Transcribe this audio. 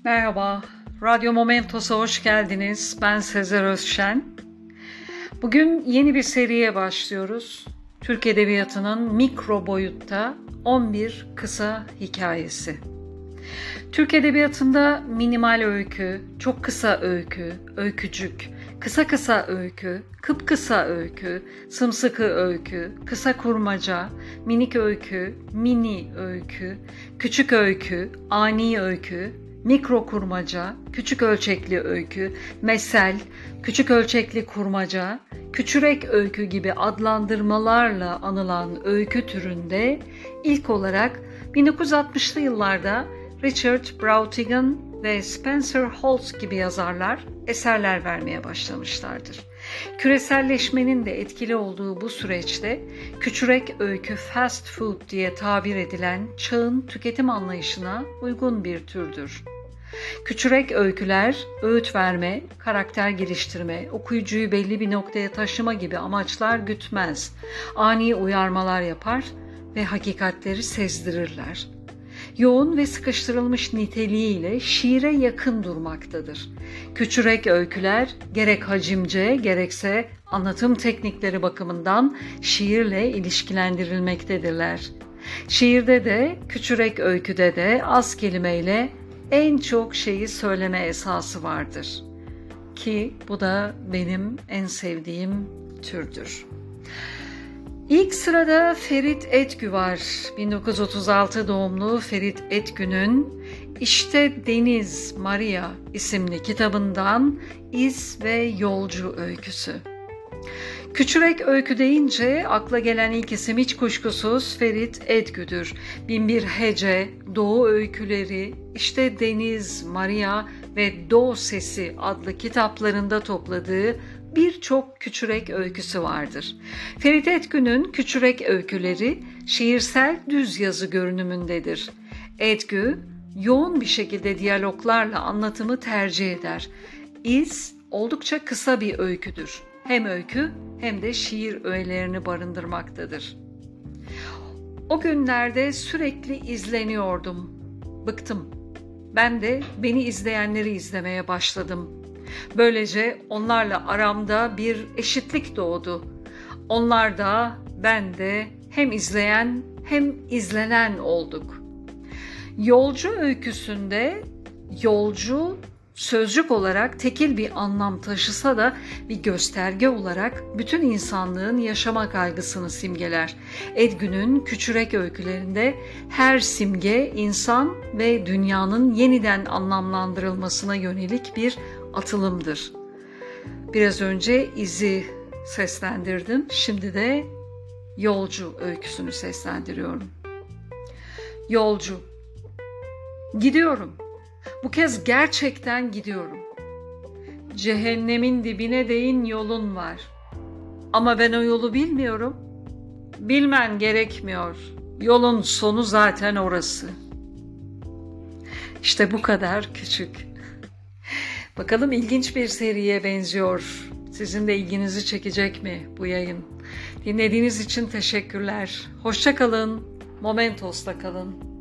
Merhaba, Radyo Momentos'a hoş geldiniz. Ben Sezer Özşen. Bugün yeni bir seriye başlıyoruz. Türk Edebiyatı'nın mikro boyutta 11 kısa hikayesi. Türk Edebiyatı'nda minimal öykü, çok kısa öykü, öykücük, kısa öykü, kıpkısa öykü, sımsıkı öykü, kısa kurmaca, minik öykü, mini öykü, küçük öykü, ani öykü, mikro kurmaca, küçük ölçekli öykü, mesel, küçük ölçekli kurmaca, küçürek öykü gibi adlandırmalarla anılan öykü türünde ilk olarak 1960'lı yıllarda Richard Brautigan ve Spencer Holtz gibi yazarlar eserler vermeye başlamışlardır. Küreselleşmenin de etkili olduğu bu süreçte küçürek öykü fast food diye tabir edilen çağın tüketim anlayışına uygun bir türdür. Küçürek öyküler, öğüt verme, karakter geliştirme, okuyucuyu belli bir noktaya taşıma gibi amaçlar gütmez. Ani uyarmalar yapar ve hakikatleri sezdirirler. Yoğun ve sıkıştırılmış niteliğiyle şiire yakın durmaktadır. Küçürek öyküler gerek hacimce gerekse anlatım teknikleri bakımından şiirle ilişkilendirilmektedirler. Şiirde de, küçürek öyküde de az kelimeyle en çok şeyi söyleme esası vardır. Ki bu da benim en sevdiğim türdür. İlk sırada Ferit Etgü var. 1936 doğumlu Ferit Etgü'nün İşte Deniz Maria isimli kitabından İz ve Yolcu öyküsü. Küçürek öykü deyince akla gelen ilk isim hiç kuşkusuz Ferit Etgü'dür. Binbir Hece, Doğu Öyküleri, İşte Deniz, Maria ve Do Sesi adlı kitaplarında topladığı birçok küçürek öyküsü vardır. Ferit Etgü'nün küçürek öyküleri şiirsel düz yazı görünümündedir. Etgü, yoğun bir şekilde diyaloglarla anlatımı tercih eder. İz oldukça kısa bir öyküdür. Hem öykü hem de şiir öğelerini barındırmaktadır. O günlerde sürekli izleniyordum. Bıktım. Ben de beni izleyenleri izlemeye başladım. Böylece onlarla aramda bir eşitlik doğdu. Onlar da ben de hem izleyen hem izlenen olduk. Yolcu öyküsünde yolcu sözcük olarak tekil bir anlam taşısa da bir gösterge olarak bütün insanlığın yaşama kaygısını simgeler. Etgü'nün küçürek öykülerinde her simge insan ve dünyanın yeniden anlamlandırılmasına yönelik bir atılımdır. Biraz önce İz'i seslendirdim, şimdi de Yolcu öyküsünü seslendiriyorum. Yolcu. Gidiyorum. Bu kez gerçekten gidiyorum. Cehennemin dibine değin yolun var. Ama ben o yolu bilmiyorum. Bilmen gerekmiyor. Yolun sonu zaten orası. İşte bu kadar küçük. Bakalım ilginç bir seriye benziyor. Sizin de ilginizi çekecek mi bu yayın? Dinlediğiniz için teşekkürler. Hoşça kalın. Momentos'ta kalın.